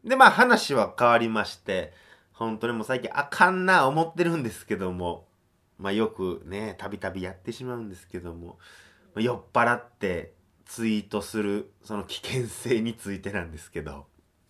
で、まあ話は変わりまして、本当にもう最近あかんな思ってるんですけども、まあよくね、たびたびやってしまうんですけども、酔っ払ってツイートするその危険性についてなんですけど、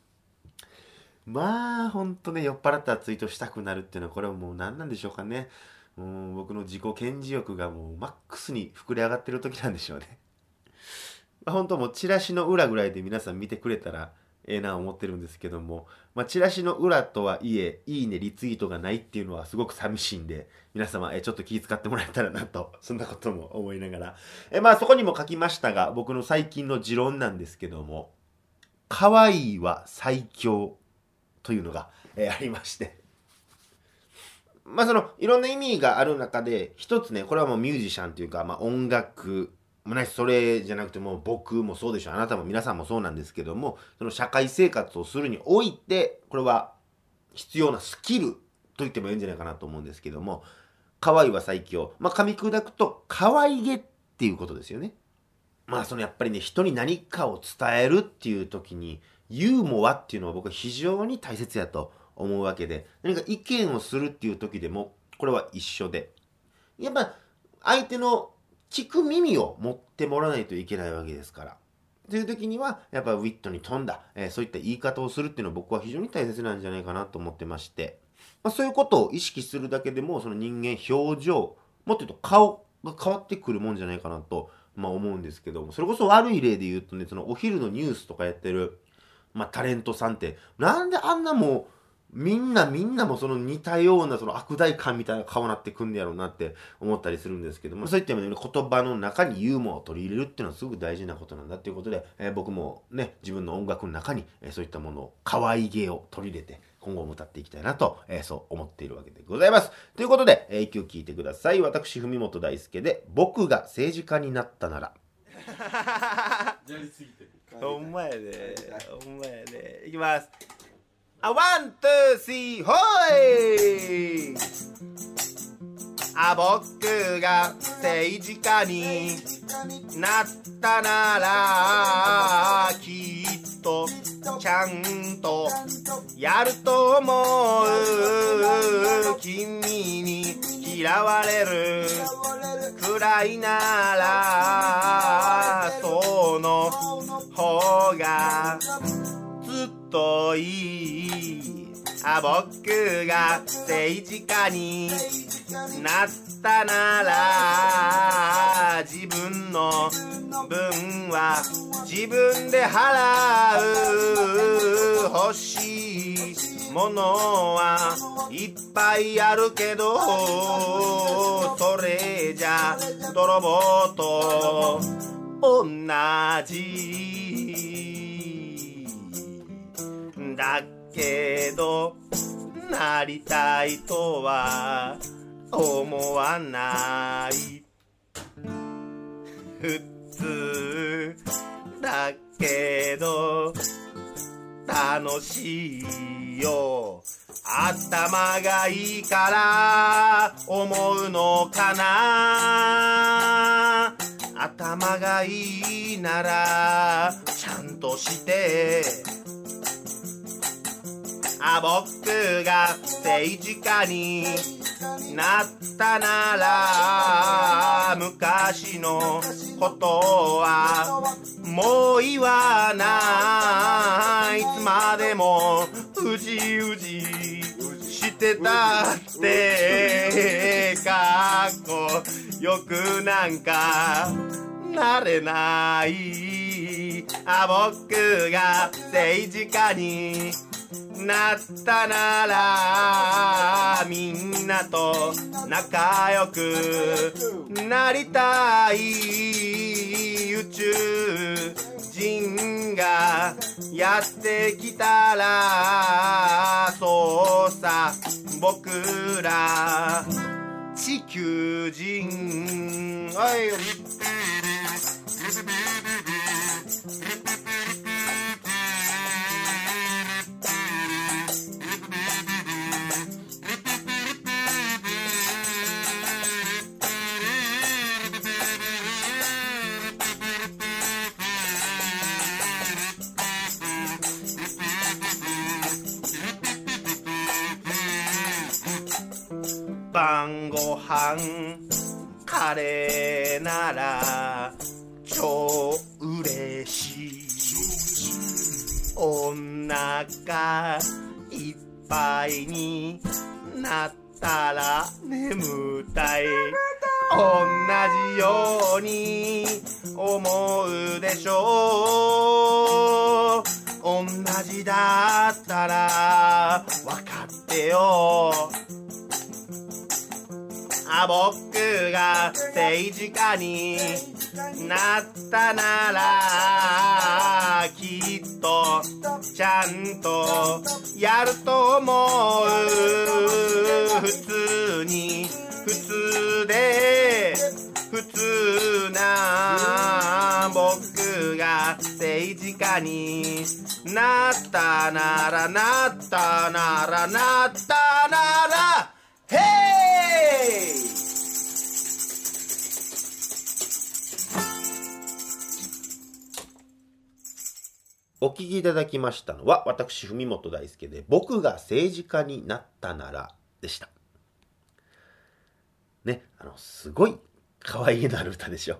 まあほんとね、酔っ払ったらツイートしたくなるっていうのはこれはもう何なんでしょうかね。もう僕の自己顕示欲がもうマックスに膨れ上がってる時なんでしょうね。まあ、本当もうチラシの裏ぐらいで皆さん見てくれたらええな思ってるんですけども、まあ、チラシの裏とはいえいいねリツイートがないっていうのはすごく寂しいんで、皆様ちょっと気遣ってもらえたらなと、そんなことも思いながら、まあそこにも書きましたが、僕の最近の持論なんですけども、可愛いは最強というのが、ありまして、まあそのいろんな意味がある中で一つね、これはもうミュージシャンというか、まあ、音楽もないし、それじゃなくても僕もそうでしょう、あなたも皆さんもそうなんですけども、その社会生活をするにおいてこれは必要なスキルと言ってもいいんじゃないかなと思うんですけども、可愛いは最強、まあ噛み砕くと可愛げっていうことですよね。まあそのやっぱりね、人に何かを伝えるっていう時にユーモアっていうのは僕は非常に大切やと思うわけで、何か意見をするっていう時でもこれは一緒で、やっぱ相手の聞く耳を持ってもらわないといけないわけですから。という時にはやっぱウィットに富んだ、そういった言い方をするっていうのは僕は非常に大切なんじゃないかなと思ってまして、まあ、そういうことを意識するだけでもその人間表情、もっと言うと顔が変わってくるもんじゃないかなと、まあ、思うんですけども、それこそ悪い例で言うとね、そのお昼のニュースとかやってる、まあ、タレントさんってなんであんなもうみんなもその似たようなその悪代官みたいな顔になってくんねやろうなって思ったりするんですけども、そういった意味で、ね、言葉の中にユーモアを取り入れるっていうのはすごく大事なことなんだっていうことで、僕もね自分の音楽の中に、そういったものを可愛げを取り入れて今後も歌っていきたいなと、そう思っているわけでございます。ということで、一曲聴いてください。私文本大輔で僕が政治家になったなら。 やりすぎてる。 ほんまやで、ほんまやで。いきます。ワン、ツー、スリー、ホイ。僕が政治家になったならきっとちゃんとやると思う。君に嫌われるくらいならその方がずっといい。僕が政治家になったなら自分の分は自分で払う。欲しいものはいっぱいあるけどそれじゃ泥棒と同じだけどなりたいとは思わない。普通だけど楽しいよ。頭がいいから思うのかな。頭がいいならちゃんとして僕が政治家になったなら昔のことはもう言わない。いつまでもうじうじしてたってかっこよくなんかなれない。僕が政治家になったならみんなと仲良くなりたい。宇宙人がやってきたらそうさ僕ら地球人おい晩ご飯カレーなら超嬉しい。お腹いっぱいになったら眠たい。同じように思うでしょう。同じだったら分かってよ。僕が政治家になったならきっとちゃんとやると思う。普通に普通で普通な僕が政治家になったならなったならなったならヘイ。お聞きいただきましたのは私文本大輔で僕が政治家になったならでしたね。すごい可愛げのある歌でしょ。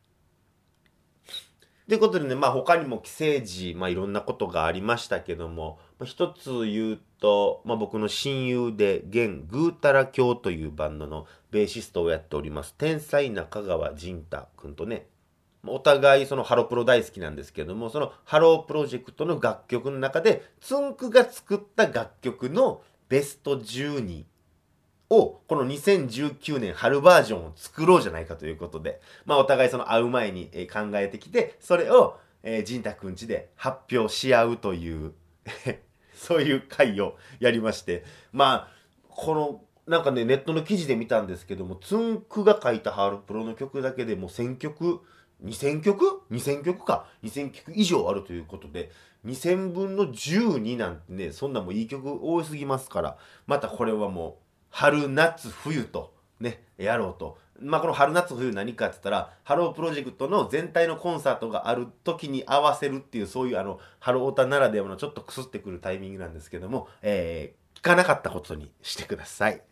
ということでね、他にも既成事、いろんなことがありましたけども、一つ言うと、僕の親友で現ぐうたら教というバンドのベーシストをやっております天才中川仁太くんとね、お互いそのハロプロ大好きなんですけども、そのハロープロジェクトの楽曲の中でつんくが作った楽曲のベスト12をこの2019年春バージョンを作ろうじゃないかということで、お互いその会う前に考えてきて、それを仁太くんちで発表し合うというそういう会をやりまして、このなんかねネットの記事で見たんですけども、つんくが書いたハロプロの曲だけでも1000曲2000曲以上あるということで、2000分の12なんてね、そんなもいい曲多すぎますから、またこれはもう春夏冬とねやろうと。この春夏冬何かって言ったら、ハロープロジェクトの全体のコンサートがある時に合わせるっていう、そういうハロータならではのちょっとクスってくるタイミングなんですけども、聞かなかったことにしてください。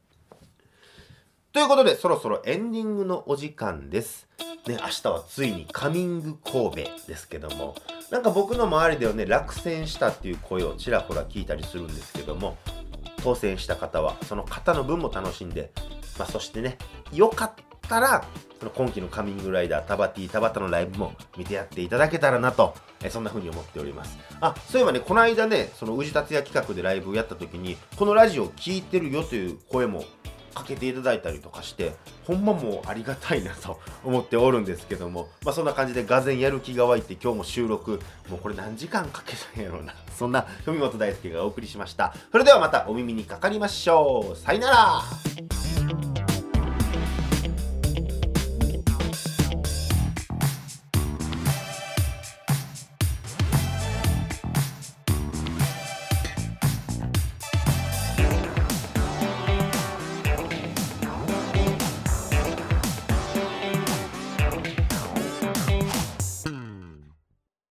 ということでそろそろエンディングのお時間ですね。明日はついにカミング神戸ですけども、なんか僕の周りではね落選したっていう声をちらほら聞いたりするんですけども、当選した方はその方の分も楽しんで、そしてね、よかったらその今期のカミングライダータバティ田畑のライブも見てやっていただけたらなと、そんな風に思っております。そういえばね、この間ね、その宇治達也企画でライブをやった時にこのラジオを聞いてるよという声もかけていただいたりとかして、ほんまもうありがたいなと思っておるんですけども、そんな感じでがぜんやる気が湧いて、今日も収録もうこれ何時間かけたんやろうな、そんな文本大輔がお送りしました。それではまたお耳にかかりましょう。さよなら。